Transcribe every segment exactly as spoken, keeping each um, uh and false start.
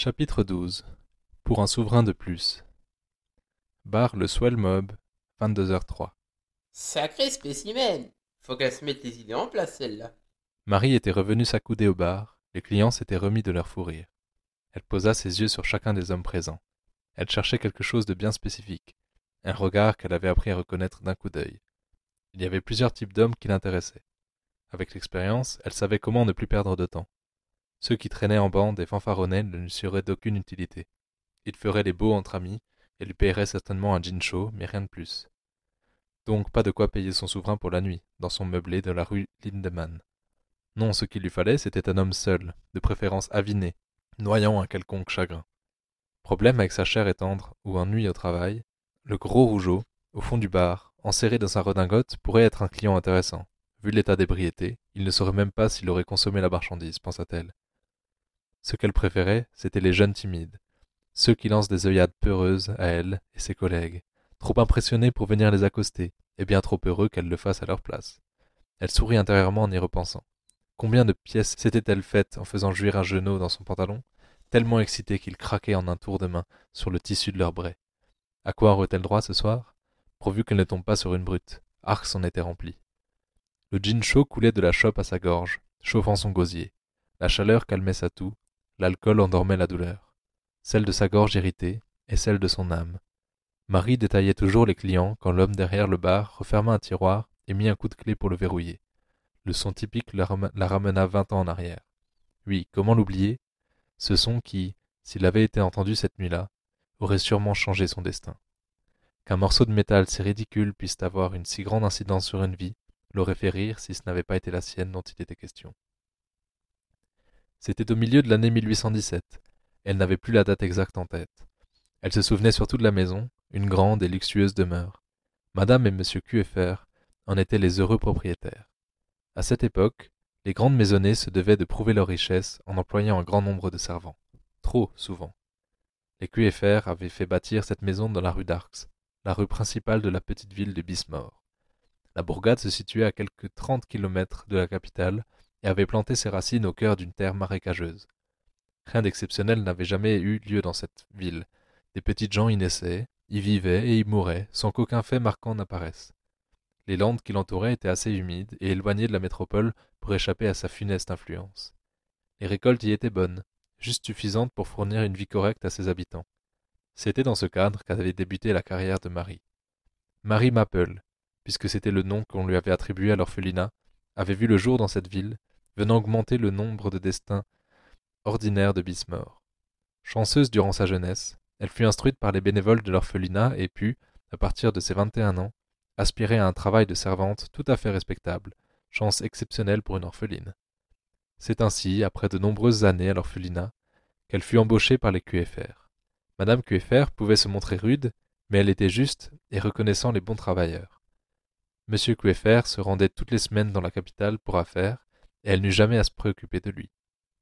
Chapitre douze. Pour un souverain de plus. Bar le Swell Mob, vingt-deux heures trois. Sacré spécimen. Faut qu'elle se mette les idées en place, celle-là. Marie était revenue s'accouder au bar, les clients s'étaient remis de leur fou rire. Elle posa ses yeux sur chacun des hommes présents. Elle cherchait quelque chose de bien spécifique, un regard qu'elle avait appris à reconnaître d'un coup d'œil. Il y avait plusieurs types d'hommes qui l'intéressaient. Avec l'expérience, elle savait comment ne plus perdre de temps. Ceux qui traînaient en bande et fanfaronnaient ne lui seraient d'aucune utilité. Ils feraient les beaux entre amis et lui paieraient certainement un gin chaud, mais rien de plus. Donc pas de quoi payer son souverain pour la nuit, dans son meublé de la rue Lindemann. Non, ce qu'il lui fallait, c'était un homme seul, de préférence aviné, noyant un quelconque chagrin. Problème avec sa chair et tendre, ou ennui au travail, le gros rougeau, au fond du bar, enserré dans sa redingote, pourrait être un client intéressant. Vu l'état d'ébriété, il ne saurait même pas s'il aurait consommé la marchandise, pensa-t-elle. Ce qu'elle préférait, c'étaient les jeunes timides, ceux qui lancent des œillades peureuses à elle et ses collègues, trop impressionnés pour venir les accoster, et bien trop heureux qu'elle le fasse à leur place. Elle sourit intérieurement en y repensant. Combien de pièces s'était-elle faites en faisant jouir un genou dans son pantalon, tellement excité qu'il craquait en un tour de main sur le tissu de leur bray. À quoi aurait-elle droit ce soir? Pourvu qu'elle ne tombe pas sur une brute. Arc s'en était rempli. Le gin chaud coulait de la chope à sa gorge, chauffant son gosier. La chaleur calmait sa toux, l'alcool endormait la douleur. Celle de sa gorge irritée et celle de son âme. Marie détaillait toujours les clients quand l'homme derrière le bar referma un tiroir et mit un coup de clé pour le verrouiller. Le son typique la, ram- la ramena vingt ans en arrière. Oui, comment l'oublier? Ce son qui, s'il avait été entendu cette nuit-là, aurait sûrement changé son destin. Qu'un morceau de métal si ridicule puisse avoir une si grande incidence sur une vie, l'aurait fait rire si ce n'avait pas été la sienne dont il était question. C'était au milieu de l'année mille huit cent dix-sept. Elle n'avait plus la date exacte en tête. Elle se souvenait surtout de la maison, une grande et luxueuse demeure. Madame et Monsieur Quefer en étaient les heureux propriétaires. À cette époque, les grandes maisonnées se devaient de prouver leur richesse en employant un grand nombre de servants. Trop souvent. Les Quefer avaient fait bâtir cette maison dans la rue d'Arx, la rue principale de la petite ville de Bismore. La bourgade se situait à quelque trente kilomètres de la capitale et avait planté ses racines au cœur d'une terre marécageuse. Rien d'exceptionnel n'avait jamais eu lieu dans cette ville. Des petites gens y naissaient, y vivaient et y mouraient, sans qu'aucun fait marquant n'apparaisse. Les landes qui l'entouraient étaient assez humides et éloignées de la métropole pour échapper à sa funeste influence. Les récoltes y étaient bonnes, juste suffisantes pour fournir une vie correcte à ses habitants. C'était dans ce cadre qu'avait débuté la carrière de Marie. Marie Maple, puisque c'était le nom qu'on lui avait attribué à l'orphelinat, avait vu le jour dans cette ville, venant augmenter le nombre de destins ordinaires de Bismore. Chanceuse durant sa jeunesse, elle fut instruite par les bénévoles de l'orphelinat et put, à partir de ses vingt et un ans, aspirer à un travail de servante tout à fait respectable, chance exceptionnelle pour une orpheline. C'est ainsi, après de nombreuses années à l'orphelinat, qu'elle fut embauchée par les Quefer. Madame Quefer pouvait se montrer rude, mais elle était juste et reconnaissant les bons travailleurs. Monsieur Quefer se rendait toutes les semaines dans la capitale pour affaires, et elle n'eut jamais à se préoccuper de lui.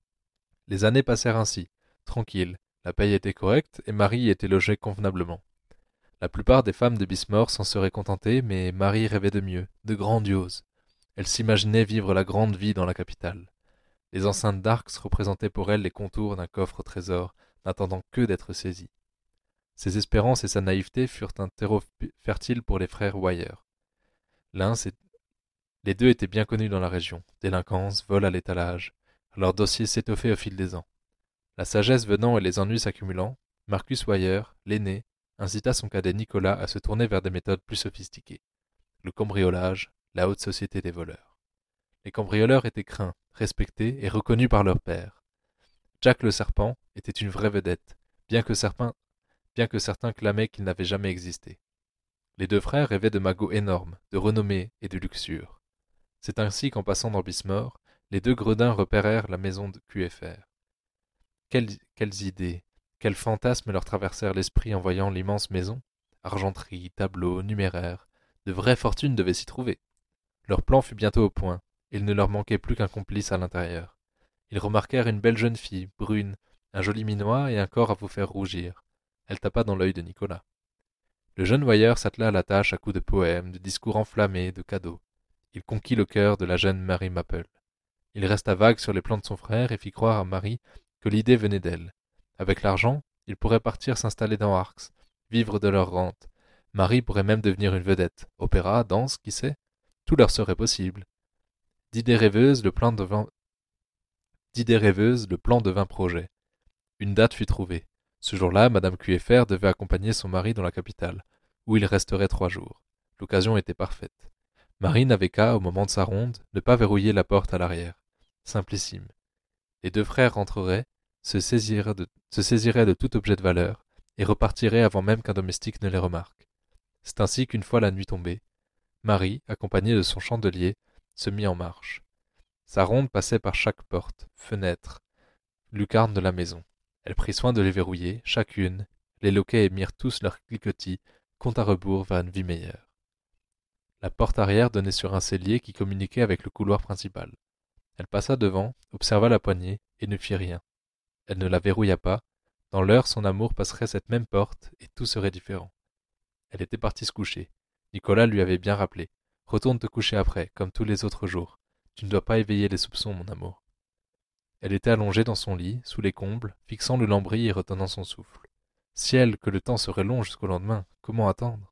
Les années passèrent ainsi, tranquilles, la paye était correcte et Marie y était logée convenablement. La plupart des femmes de Bismore s'en seraient contentées, mais Marie rêvait de mieux, de grandiose. Elle s'imaginait vivre la grande vie dans la capitale. Les enceintes d'Arcs représentaient pour elle les contours d'un coffre au trésor, n'attendant que d'être saisi. Ses espérances et sa naïveté furent un terreau fertile pour les frères Wire. L'un, c'est... Les deux étaient bien connus dans la région, délinquance, vol à l'étalage. Leur dossier s'étoffait au fil des ans. La sagesse venant et les ennuis s'accumulant, Marcus Wire, l'aîné, incita son cadet Nicolas à se tourner vers des méthodes plus sophistiquées. Le cambriolage, la haute société des voleurs. Les cambrioleurs étaient craints, respectés et reconnus par leur père. Jack le Serpent était une vraie vedette, bien que certains, bien que certains clamaient qu'il n'avait jamais existé. Les deux frères rêvaient de magots énormes, de renommée et de luxure. C'est ainsi qu'en passant dans Bismore, les deux gredins repérèrent la maison de Quefer. Quelles, quelles idées, quels fantasmes leur traversèrent l'esprit en voyant l'immense maison? Argenterie, tableaux, numéraires, de vraies fortunes devaient s'y trouver. Leur plan fut bientôt au point, et il ne leur manquait plus qu'un complice à l'intérieur. Ils remarquèrent une belle jeune fille, brune, un joli minois et un corps à vous faire rougir. Elle tapa dans l'œil de Nicolas. Le jeune voyeur s'attela à la tâche à coups de poèmes, de discours enflammés, de cadeaux. Il conquit le cœur de la jeune Mary Maple. Il resta vague sur les plans de son frère et fit croire à Marie que l'idée venait d'elle. Avec l'argent, ils pourraient partir s'installer dans Arx, vivre de leur rente. Marie pourrait même devenir une vedette. Opéra, danse, qui sait? Tout leur serait possible. D'idées rêveuses, le plan devint... D'idées rêveuses, le plan devint projet. Une date fut trouvée. Ce jour-là, Madame Q F R devait accompagner son mari dans la capitale, où il resterait trois jours. L'occasion était parfaite. Marie n'avait qu'à, au moment de sa ronde, ne pas verrouiller la porte à l'arrière. Simplissime. Les deux frères rentreraient, se saisiraient de, se saisiraient de tout objet de valeur, et repartiraient avant même qu'un domestique ne les remarque. C'est ainsi qu'une fois la nuit tombée, Marie, accompagnée de son chandelier, se mit en marche. Sa ronde passait par chaque porte, fenêtre, lucarne de la maison. Elle prit soin de les verrouiller, chacune, les loquets émirent tous leurs cliquetis, compte à rebours vers une vie meilleure. La porte arrière donnait sur un cellier qui communiquait avec le couloir principal. Elle passa devant, observa la poignée, et ne fit rien. Elle ne la verrouilla pas. Dans l'heure, son amour passerait cette même porte, et tout serait différent. Elle était partie se coucher. Nicolas lui avait bien rappelé. « Retourne te coucher après, comme tous les autres jours. Tu ne dois pas éveiller les soupçons, mon amour. » Elle était allongée dans son lit, sous les combles, fixant le lambris et retenant son souffle. Ciel, que le temps serait long jusqu'au lendemain. Comment attendre?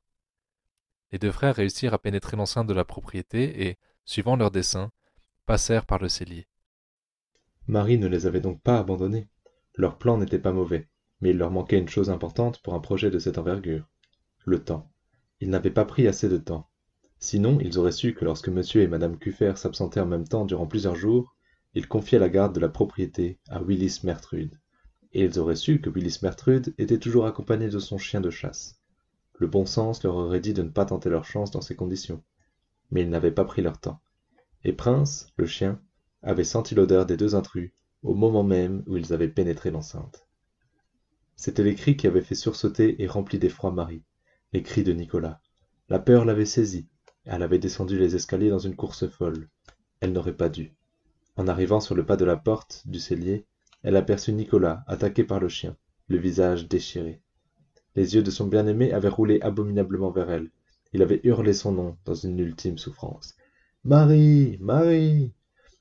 Les deux frères réussirent à pénétrer l'enceinte de la propriété et, suivant leur dessein, passèrent par le cellier. Marie ne les avait donc pas abandonnés. Leur plan n'était pas mauvais, mais il leur manquait une chose importante pour un projet de cette envergure. Le temps. Ils n'avaient pas pris assez de temps. Sinon, ils auraient su que lorsque monsieur et madame Cuffer s'absentaient en même temps durant plusieurs jours, ils confiaient la garde de la propriété à Willis Mertrude. Et ils auraient su que Willis Mertrude était toujours accompagné de son chien de chasse. Le bon sens leur aurait dit de ne pas tenter leur chance dans ces conditions. Mais ils n'avaient pas pris leur temps. Et Prince, le chien, avait senti l'odeur des deux intrus au moment même où ils avaient pénétré l'enceinte. C'étaient les cris qui avaient fait sursauter et rempli d'effroi Marie, les cris de Nicolas. La peur l'avait saisie. Elle avait descendu les escaliers dans une course folle. Elle n'aurait pas dû. En arrivant sur le pas de la porte du cellier, elle aperçut Nicolas attaqué par le chien, le visage déchiré. Les yeux de son bien-aimé avaient roulé abominablement vers elle. Il avait hurlé son nom dans une ultime souffrance. « Marie! Marie !»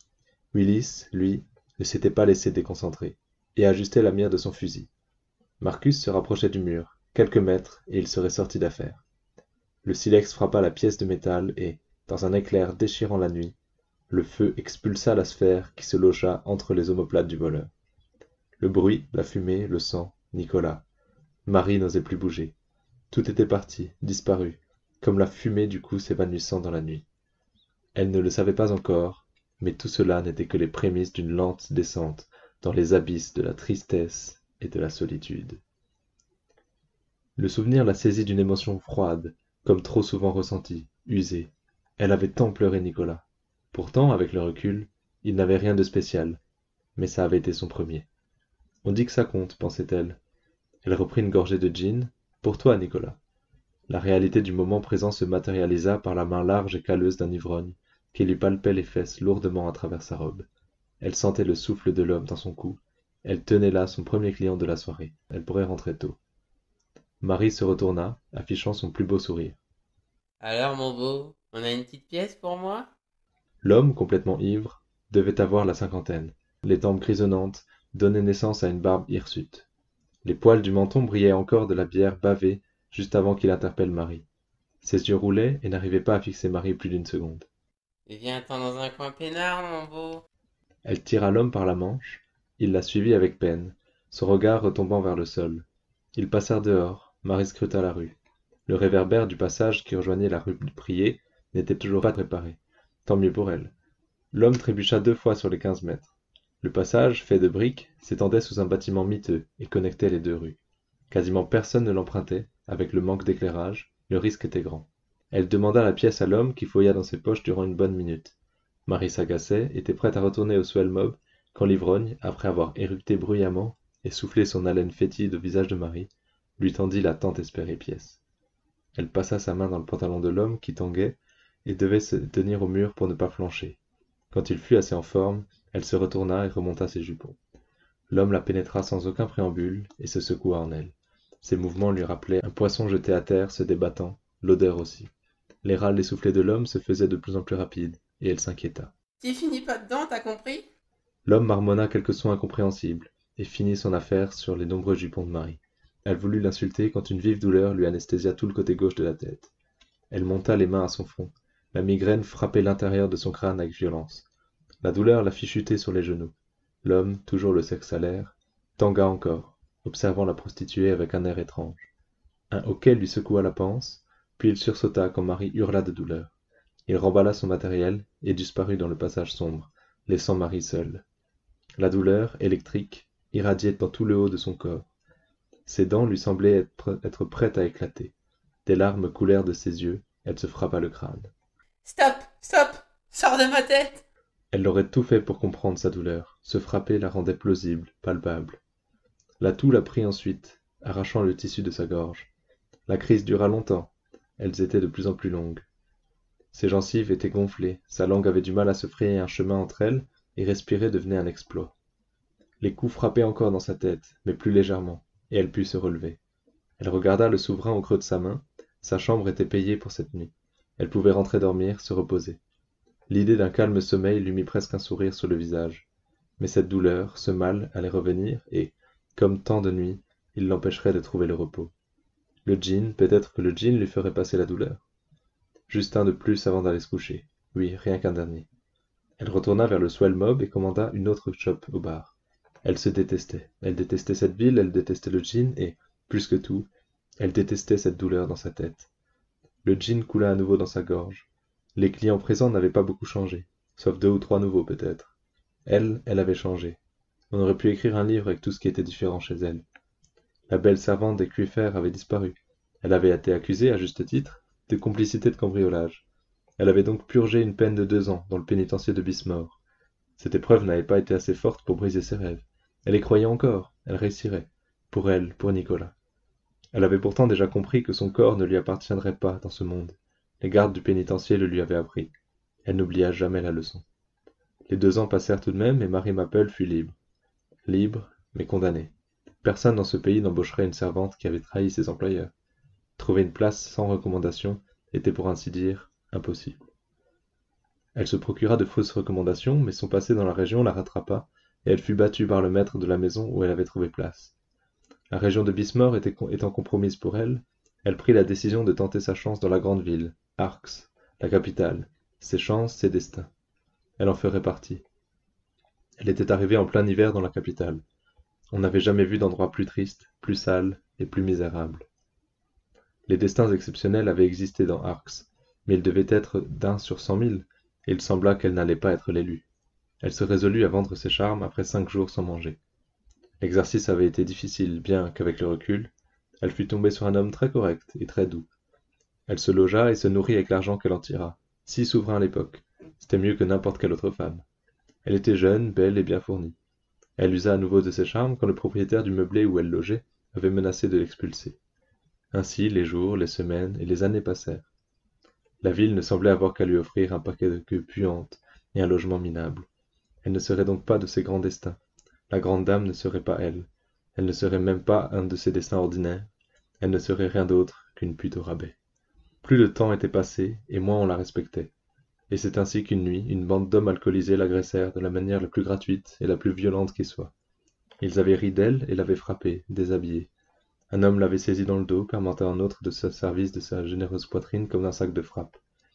Willis, lui, ne s'était pas laissé déconcentrer, et ajustait la mire de son fusil. Marcus se rapprochait du mur, quelques mètres, et il serait sorti d'affaire. Le silex frappa la pièce de métal et, dans un éclair déchirant la nuit, le feu expulsa la sphère qui se logea entre les omoplates du voleur. Le bruit, la fumée, le sang, Nicolas. Marie n'osait plus bouger. Tout était parti, disparu, comme la fumée du coup s'évanouissant dans la nuit. Elle ne le savait pas encore, mais tout cela n'était que les prémices d'une lente descente dans les abysses de la tristesse et de la solitude. Le souvenir la saisit d'une émotion froide, comme trop souvent ressentie, usée. Elle avait tant pleuré Nicolas. Pourtant, avec le recul, il n'avait rien de spécial, mais ça avait été son premier. On dit que ça compte, pensait-elle. Elle reprit une gorgée de gin. Pour toi, Nicolas. La réalité du moment présent se matérialisa par la main large et calleuse d'un ivrogne, qui lui palpait les fesses lourdement à travers sa robe. Elle sentait le souffle de l'homme dans son cou. Elle tenait là son premier client de la soirée. Elle pourrait rentrer tôt. Marie se retourna, affichant son plus beau sourire. « Alors, mon beau, on a une petite pièce pour moi ?» L'homme, complètement ivre, devait avoir la cinquantaine. Les tempes grisonnantes donnaient naissance à une barbe hirsute. Les poils du menton brillaient encore de la bière bavée juste avant qu'il interpelle Marie. Ses yeux roulaient et n'arrivaient pas à fixer Marie plus d'une seconde. « Viens-t'en dans un coin peinard, mon beau !» Elle tira l'homme par la manche. Il la suivit avec peine, son regard retombant vers le sol. Ils passèrent dehors. Marie scruta la rue. Le réverbère du passage qui rejoignait la rue du Prier n'était toujours pas préparé. Tant mieux pour elle. L'homme trébucha deux fois sur les quinze mètres. Le passage, fait de briques, s'étendait sous un bâtiment miteux et connectait les deux rues. Quasiment personne ne l'empruntait, avec le manque d'éclairage, le risque était grand. Elle demanda la pièce à l'homme qui fouilla dans ses poches durant une bonne minute. Marie s'agaçait, était prête à retourner au swell mob, quand l'ivrogne, après avoir éructé bruyamment et soufflé son haleine fétide au visage de Marie, lui tendit la tant espérée pièce. Elle passa sa main dans le pantalon de l'homme qui tanguait et devait se tenir au mur pour ne pas flancher. Quand il fut assez en forme, elle se retourna et remonta ses jupons. L'homme la pénétra sans aucun préambule et se secoua en elle. Ses mouvements lui rappelaient un poisson jeté à terre se débattant, l'odeur aussi. Les râles essoufflés de l'homme se faisaient de plus en plus rapides, et elle s'inquiéta. « Tu finis pas dedans, t'as compris ?» L'homme marmonna quelques sons incompréhensibles, et finit son affaire sur les nombreux jupons de Marie. Elle voulut l'insulter quand une vive douleur lui anesthésia tout le côté gauche de la tête. Elle monta les mains à son front. La migraine frappait l'intérieur de son crâne avec violence. La douleur la fit chuter sur les genoux. L'homme, toujours le sexe à l'air, tangua encore, observant la prostituée avec un air étrange. Un hoquet lui secoua la panse, puis il sursauta quand Marie hurla de douleur. Il remballa son matériel et disparut dans le passage sombre, laissant Marie seule. La douleur, électrique, irradiait dans tout le haut de son corps. Ses dents lui semblaient être, être prêtes à éclater. Des larmes coulèrent de ses yeux, elle se frappa le crâne. Stop, stop, sors de ma tête. Elle aurait tout fait pour comprendre sa douleur. Se frapper la rendait plausible, palpable. La toux la prit ensuite, arrachant le tissu de sa gorge. La crise dura longtemps. Elles étaient de plus en plus longues. Ses gencives étaient gonflées, sa langue avait du mal à se frayer un chemin entre elles, et respirer devenait un exploit. Les coups frappaient encore dans sa tête, mais plus légèrement, et elle put se relever. Elle regarda le souverain au creux de sa main. Sa chambre était payée pour cette nuit. Elle pouvait rentrer dormir, se reposer. L'idée d'un calme sommeil lui mit presque un sourire sur le visage. Mais cette douleur, ce mal, allait revenir, et, comme tant de nuits, il l'empêcherait de trouver le repos. Le gin, peut-être que le gin lui ferait passer la douleur. Juste un de plus avant d'aller se coucher. Oui, rien qu'un dernier. Elle retourna vers le Swell Mob et commanda une autre chope au bar. Elle se détestait. Elle détestait cette ville, elle détestait le gin, et, plus que tout, elle détestait cette douleur dans sa tête. Le gin coula à nouveau dans sa gorge. Les clients présents n'avaient pas beaucoup changé, sauf deux ou trois nouveaux peut-être. Elle, elle avait changé. On aurait pu écrire un livre avec tout ce qui était différent chez elle. La belle servante des Cuifer avait disparu. Elle avait été accusée, à juste titre, de complicité de cambriolage. Elle avait donc purgé une peine de deux ans dans le pénitencier de Bismore. Cette épreuve n'avait pas été assez forte pour briser ses rêves. Elle y croyait encore, elle réussirait. Pour elle, pour Nicolas. Elle avait pourtant déjà compris que son corps ne lui appartiendrait pas dans ce monde. Les gardes du pénitencier le lui avaient appris. Elle n'oublia jamais la leçon. Les deux ans passèrent tout de même et Marie Maple fut libre. Libre, mais condamnée. Personne dans ce pays n'embaucherait une servante qui avait trahi ses employeurs. Trouver une place sans recommandation était pour ainsi dire impossible. Elle se procura de fausses recommandations, mais son passé dans la région la rattrapa, et elle fut battue par le maître de la maison où elle avait trouvé place. La région de Bismore était, étant compromise pour elle, elle prit la décision de tenter sa chance dans la grande ville, Arx, la capitale, ses chances, ses destins. Elle en ferait partie. Elle était arrivée en plein hiver dans la capitale. On n'avait jamais vu d'endroit plus triste, plus sale et plus misérable. Les destins exceptionnels avaient existé dans Arx, mais ils devaient être d'un sur cent mille, et il sembla qu'elle n'allait pas être l'élue. Elle se résolut à vendre ses charmes après cinq jours sans manger. L'exercice avait été difficile, bien qu'avec le recul, elle fut tombée sur un homme très correct et très doux. Elle se logea et se nourrit avec l'argent qu'elle en tira. Six souverains à l'époque. C'était mieux que n'importe quelle autre femme. Elle était jeune, belle et bien fournie. Elle usa à nouveau de ses charmes quand le propriétaire du meublé où elle logeait avait menacé de l'expulser. Ainsi, les jours, les semaines et les années passèrent. La ville ne semblait avoir qu'à lui offrir un paquet de queues puantes et un logement minable. Elle ne serait donc pas de ses grands destins. La grande dame ne serait pas elle. Elle ne serait même pas un de ses destins ordinaires. Elle ne serait rien d'autre qu'une pute au rabais. Plus le temps était passé, et moins on la respectait. Et c'est ainsi qu'une nuit, une bande d'hommes alcoolisés l'agressèrent de la manière la plus gratuite et la plus violente qui soit. Ils avaient ri d'elle et l'avaient frappée, déshabillée. Un homme l'avait saisie dans le dos, permettant à un autre de se servir de sa généreuse poitrine comme d'un sac de frappe.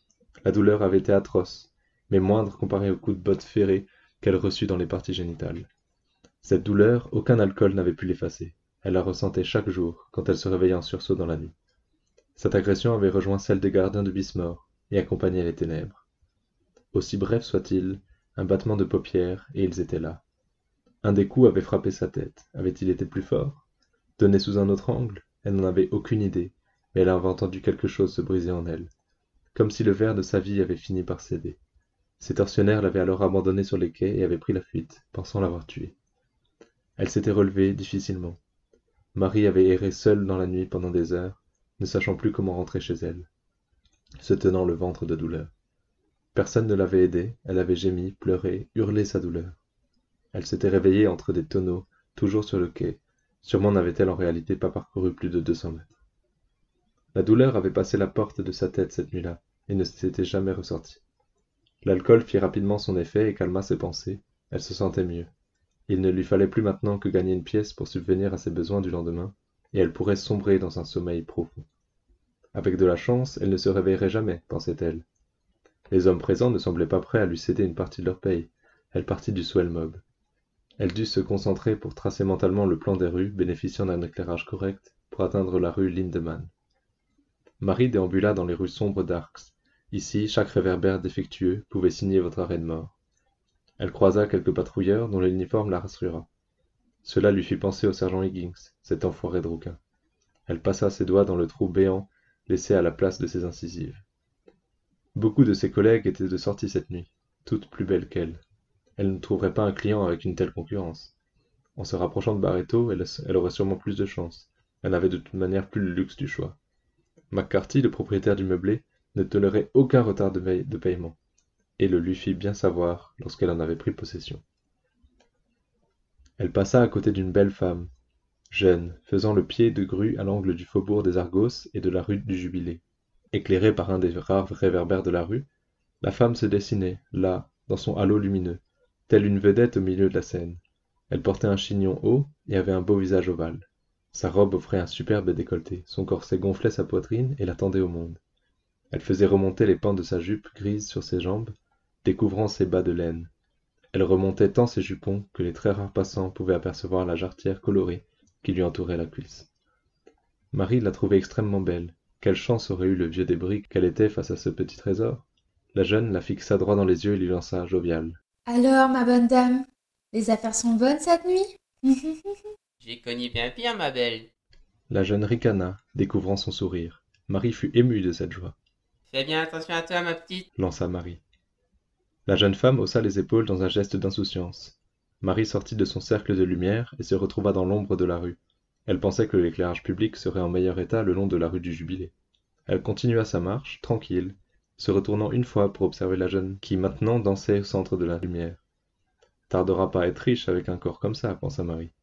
La douleur avait été atroce, mais moindre comparée aux coups de botte ferrés qu'elle reçut dans les parties génitales. Cette douleur, aucun alcool n'avait pu l'effacer. Elle la ressentait chaque jour, quand elle se réveillait en sursaut dans la nuit. Cette agression avait rejoint celle des gardiens de Bismore, et accompagnait les ténèbres. Aussi bref soit-il, un battement de paupières, et ils étaient là. Un des coups avait frappé sa tête. Avait-il été plus fort? Donné sous un autre angle? Elle n'en avait aucune idée, mais elle avait entendu quelque chose se briser en elle. Comme si le verre de sa vie avait fini par céder. Ses tortionnaires l'avaient alors abandonnée sur les quais et avaient pris la fuite, pensant l'avoir tuée. Elle s'était relevée difficilement. Marie avait erré seule dans la nuit pendant des heures, ne sachant plus comment rentrer chez elle, se tenant le ventre de douleur. Personne ne l'avait aidée, elle avait gémi, pleuré, hurlé sa douleur. Elle s'était réveillée entre des tonneaux, toujours sur le quai. Sûrement n'avait-elle en réalité pas parcouru plus de deux cents mètres. La douleur avait passé la porte de sa tête cette nuit-là, et ne s'était jamais ressortie. L'alcool fit rapidement son effet et calma ses pensées. Elle se sentait mieux. Il ne lui fallait plus maintenant que gagner une pièce pour subvenir à ses besoins du lendemain, et elle pourrait sombrer dans un sommeil profond. Avec de la chance, elle ne se réveillerait jamais, pensait-elle. Les hommes présents ne semblaient pas prêts à lui céder une partie de leur paye. Elle partit du swell mob. Elle dut se concentrer pour tracer mentalement le plan des rues, bénéficiant d'un éclairage correct, pour atteindre la rue Lindemann. Marie déambula dans les rues sombres d'Arx. Ici, chaque réverbère défectueux pouvait signer votre arrêt de mort. Elle croisa quelques patrouilleurs dont l'uniforme la rassura. Cela lui fit penser au sergent Higgins, cet enfoiré de rouquin. Elle passa ses doigts dans le trou béant laissé à la place de ses incisives. Beaucoup de ses collègues étaient de sortie cette nuit, toutes plus belles qu'elle. Elle ne trouverait pas un client avec une telle concurrence. En se rapprochant de Barreto, elle, elle aurait sûrement plus de chance. Elle n'avait de toute manière plus le luxe du choix. McCarthy, le propriétaire du meublé, ne tolérait aucun retard de, de paiement, et le lui fit bien savoir lorsqu'elle en avait pris possession. Elle passa à côté d'une belle femme, jeune, faisant le pied de grue à l'angle du faubourg des Argos et de la rue du Jubilé. Éclairée par un des rares réverbères de la rue, la femme se dessinait, là, dans son halo lumineux, telle une vedette au milieu de la scène. Elle portait un chignon haut et avait un beau visage ovale. Sa robe offrait un superbe décolleté, son corset gonflait sa poitrine et la tendait au monde. Elle faisait remonter les pans de sa jupe grise sur ses jambes, découvrant ses bas de laine. Elle remontait tant ses jupons que les très rares passants pouvaient apercevoir la jarretière colorée qui lui entourait la cuisse. Marie la trouvait extrêmement belle. Quelle chance aurait eu le vieux débris qu'elle était face à ce petit trésor? La jeune la fixa droit dans les yeux et lui lança joviale. « Alors, ma bonne dame, les affaires sont bonnes cette nuit ?» J'ai connu bien pire, ma belle. La jeune ricana, découvrant son sourire. Marie fut émue de cette joie. Fais bien attention à toi, ma petite, lança Marie. La jeune femme haussa les épaules dans un geste d'insouciance. Marie sortit de son cercle de lumière et se retrouva dans l'ombre de la rue. Elle pensait que l'éclairage public serait en meilleur état le long de la rue du Jubilé. Elle continua sa marche, tranquille, se retournant une fois pour observer la jeune qui maintenant dansait au centre de la lumière. Tardera pas à être riche avec un corps comme ça, pensa Marie.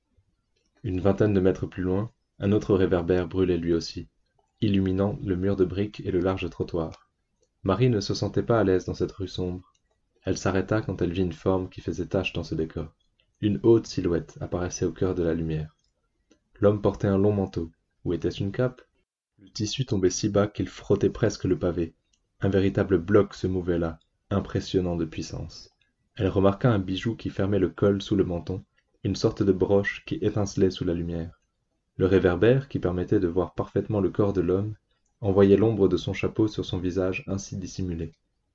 Une vingtaine de mètres plus loin, un autre réverbère brûlait lui aussi, illuminant le mur de briques et le large trottoir. Marie ne se sentait pas à l'aise dans cette rue sombre. Elle s'arrêta quand elle vit une forme qui faisait tache dans ce décor. Une haute silhouette apparaissait au cœur de la lumière. L'homme portait un long manteau. Où était-ce une cape? Le tissu tombait si bas qu'il frottait presque le pavé. Un véritable bloc se mouvait là, impressionnant de puissance. Elle remarqua un bijou qui fermait le col sous le menton, une sorte de broche qui étincelait sous la lumière. Le réverbère, qui permettait de voir parfaitement le corps de l'homme, envoyait l'ombre de son chapeau sur son visage ainsi dissimulé.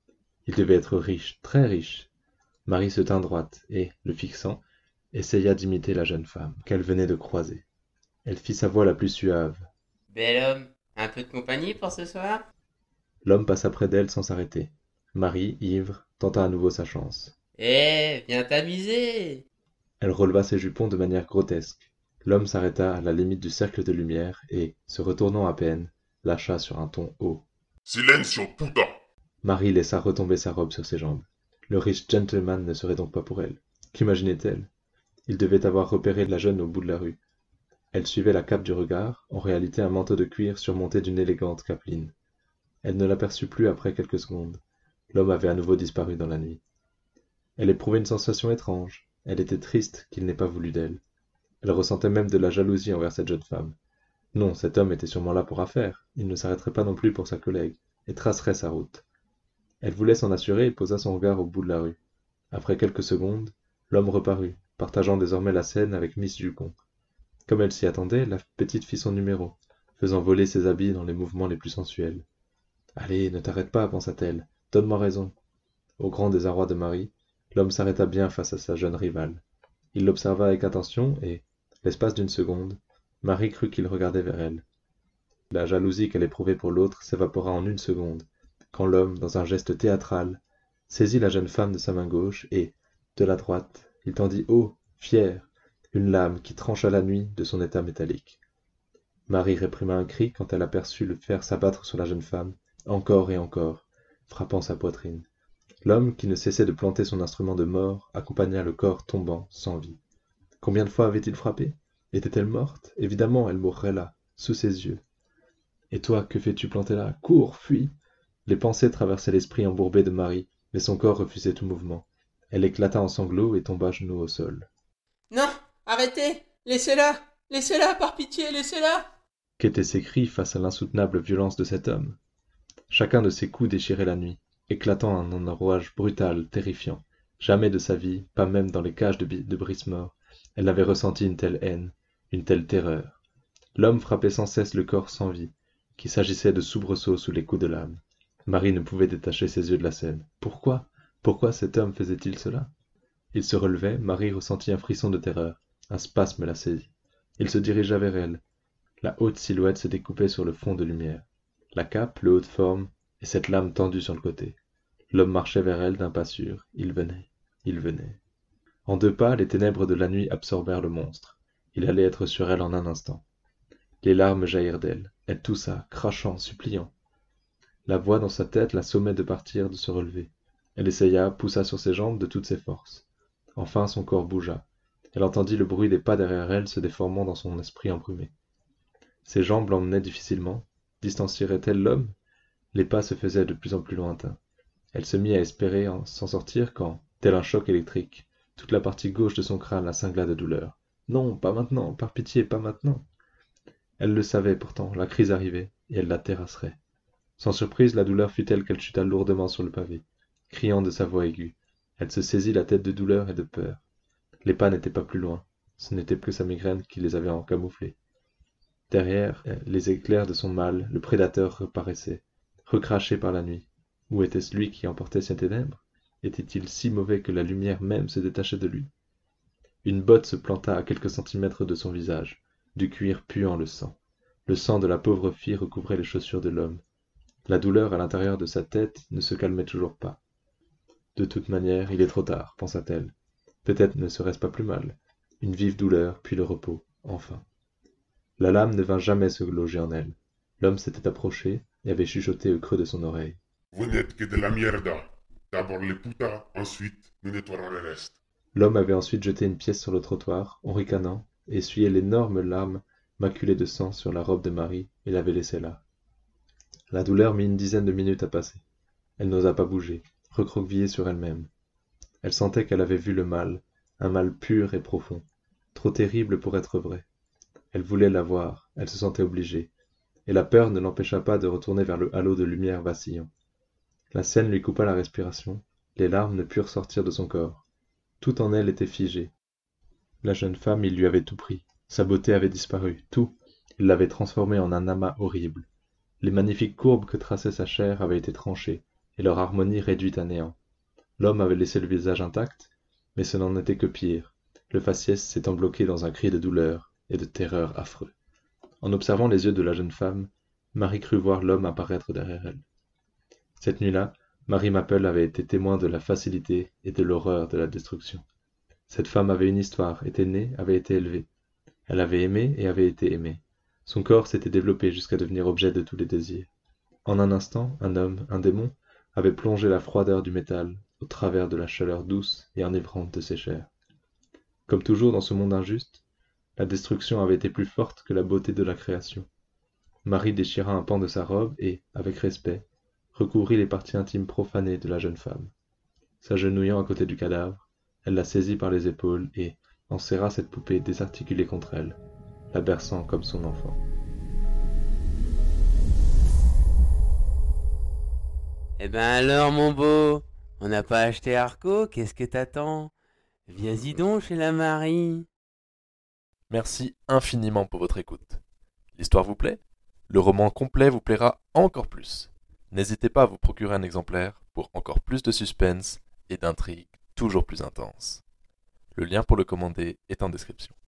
Il devait être riche, très riche. Marie se tint droite et, le fixant, essaya d'imiter la jeune femme qu'elle venait de croiser. Elle fit sa voix la plus suave. « Bel homme, un peu de compagnie pour ce soir ?» L'homme passa près d'elle sans s'arrêter. Marie, ivre, tenta à nouveau sa chance. « Eh, viens t'amuser !» Elle releva ses jupons de manière grotesque. L'homme s'arrêta à la limite du cercle de lumière et, se retournant à peine, lâcha sur un ton haut. « Silencio, puta !» Marie laissa retomber sa robe sur ses jambes. Le riche gentleman ne serait donc pas pour elle. Qu'imaginait-elle? Il devait avoir repéré la jeune au bout de la rue. Elle suivait la cape du regard, en réalité un manteau de cuir surmonté d'une élégante capeline. Elle ne l'aperçut plus après quelques secondes. L'homme avait à nouveau disparu dans la nuit. Elle éprouvait une sensation étrange. Elle était triste qu'il n'ait pas voulu d'elle. Elle ressentait même de la jalousie envers cette jeune femme. Non, cet homme était sûrement là pour affaire. Il ne s'arrêterait pas non plus pour sa collègue, et tracerait sa route. Elle voulait s'en assurer et posa son regard au bout de la rue. Après quelques secondes, l'homme reparut, partageant désormais la scène avec Miss Jupon. Comme elle s'y attendait, la petite fit son numéro, faisant voler ses habits dans les mouvements les plus sensuels. « Allez, ne t'arrête pas, pensa-t-elle, donne-moi raison. » Au grand désarroi de Marie, l'homme s'arrêta bien face à sa jeune rivale. Il l'observa avec attention et, l'espace d'une seconde, Marie crut qu'il regardait vers elle. La jalousie qu'elle éprouvait pour l'autre s'évapora en une seconde, quand l'homme, dans un geste théâtral, saisit la jeune femme de sa main gauche et, de la droite, il tendit haut, fier, une lame qui trancha la nuit de son état métallique. Marie réprima un cri quand elle aperçut le fer s'abattre sur la jeune femme, encore et encore, frappant sa poitrine. L'homme, qui ne cessait de planter son instrument de mort, accompagna le corps tombant, sans vie. Combien de fois avait-il frappé? Était-elle morte? Évidemment, elle mourrait là, sous ses yeux. « Et toi, que fais-tu planter là? Cours, fuis !» Les pensées traversaient l'esprit embourbé de Marie, mais son corps refusait tout mouvement. Elle éclata en sanglots et tomba à genoux au sol. Non, arrêtez! Laissez-la! Laissez-la, par pitié, laissez-la! Qu'étaient ces cris face à l'insoutenable violence de cet homme? Chacun de ses coups déchirait la nuit, éclatant en un rouage brutal, terrifiant. Jamais de sa vie, pas même dans les cages de, de Brismore, elle n'avait ressenti une telle haine, une telle terreur. L'homme frappait sans cesse le corps sans vie, qui s'agissait de soubresauts sous les coups de l'âme. Marie ne pouvait détacher ses yeux de la scène. Pourquoi? Pourquoi cet homme faisait-il cela? Il se relevait, Marie ressentit un frisson de terreur. Un spasme la saisit. Il se dirigea vers elle. La haute silhouette se découpait sur le fond de lumière. La cape, le haut de forme, et cette lame tendue sur le côté. L'homme marchait vers elle d'un pas sûr. Il venait. Il venait. En deux pas, les ténèbres de la nuit absorbèrent le monstre. Il allait être sur elle en un instant. Les larmes jaillirent d'elle. Elle toussa, crachant, suppliant. La voix dans sa tête la sommait de partir, de se relever. Elle essaya, poussa sur ses jambes de toutes ses forces. Enfin son corps bougea. Elle entendit le bruit des pas derrière elle se déformant dans son esprit embrumé. Ses jambes l'emmenaient difficilement. Distancierait-elle l'homme? Les pas se faisaient de plus en plus lointains. Elle se mit à espérer s'en sortir quand, tel un choc électrique, toute la partie gauche de son crâne la cingla de douleur. Non, pas maintenant, par pitié, pas maintenant. Elle le savait pourtant, la crise arrivait, et elle la terrasserait. Sans surprise, la douleur fut telle qu'elle chuta lourdement sur le pavé, criant de sa voix aiguë. Elle se saisit la tête de douleur et de peur. Les pas n'étaient pas plus loin, ce n'était que sa migraine qui les avait encamouflés. Derrière les éclairs de son mal, le prédateur reparaissait, recraché par la nuit. Où était-ce lui qui emportait ces ténèbres? Était-il si mauvais que la lumière même se détachait de lui? Une botte se planta à quelques centimètres de son visage, du cuir puant le sang. Le sang de la pauvre fille recouvrait les chaussures de l'homme. La douleur à l'intérieur de sa tête ne se calmait toujours pas. De toute manière, il est trop tard, pensa-t-elle. Peut-être ne serait-ce pas plus mal. Une vive douleur, puis le repos, enfin. La lame ne vint jamais se loger en elle. L'homme s'était approché et avait chuchoté au creux de son oreille. Vous n'êtes que de la mierda. D'abord les putas, ensuite nous nettoierons le reste. L'homme avait ensuite jeté une pièce sur le trottoir, en ricanant, et essuyé l'énorme lame maculée de sang sur la robe de Marie, et l'avait laissée là. La douleur mit une dizaine de minutes à passer. Elle n'osa pas bouger, recroquevillée sur elle-même. Elle sentait qu'elle avait vu le mal, un mal pur et profond, trop terrible pour être vrai. Elle voulait la voir, elle se sentait obligée, et la peur ne l'empêcha pas de retourner vers le halo de lumière vacillant. La scène lui coupa la respiration, les larmes ne purent sortir de son corps. Tout en elle était figé. La jeune femme, il lui avait tout pris. Sa beauté avait disparu, tout. Il l'avait transformée en un amas horrible. Les magnifiques courbes que traçait sa chair avaient été tranchées, et leur harmonie réduite à néant. L'homme avait laissé le visage intact, mais ce n'en était que pire, le faciès s'étant bloqué dans un cri de douleur et de terreur affreux. En observant les yeux de la jeune femme, Marie crut voir l'homme apparaître derrière elle. Cette nuit-là, Marie Maple avait été témoin de la facilité et de l'horreur de la destruction. Cette femme avait une histoire, était née, avait été élevée. Elle avait aimé et avait été aimée. Son corps s'était développé jusqu'à devenir objet de tous les désirs. En un instant, un homme, un démon, avait plongé la froideur du métal au travers de la chaleur douce et enivrante de ses chairs. Comme toujours dans ce monde injuste, la destruction avait été plus forte que la beauté de la création. Marie déchira un pan de sa robe et, avec respect, recouvrit les parties intimes profanées de la jeune femme. S'agenouillant à côté du cadavre, elle la saisit par les épaules et en serra cette poupée désarticulée contre elle, la berçant comme son enfant. Eh ben alors, mon beau, on n'a pas acheté Arco, qu'est-ce que t'attends? Viens-y donc chez la Marie. Merci infiniment pour votre écoute. L'histoire vous plaît? Le roman complet vous plaira encore plus. N'hésitez pas à vous procurer un exemplaire pour encore plus de suspense et d'intrigues toujours plus intenses. Le lien pour le commander est en description.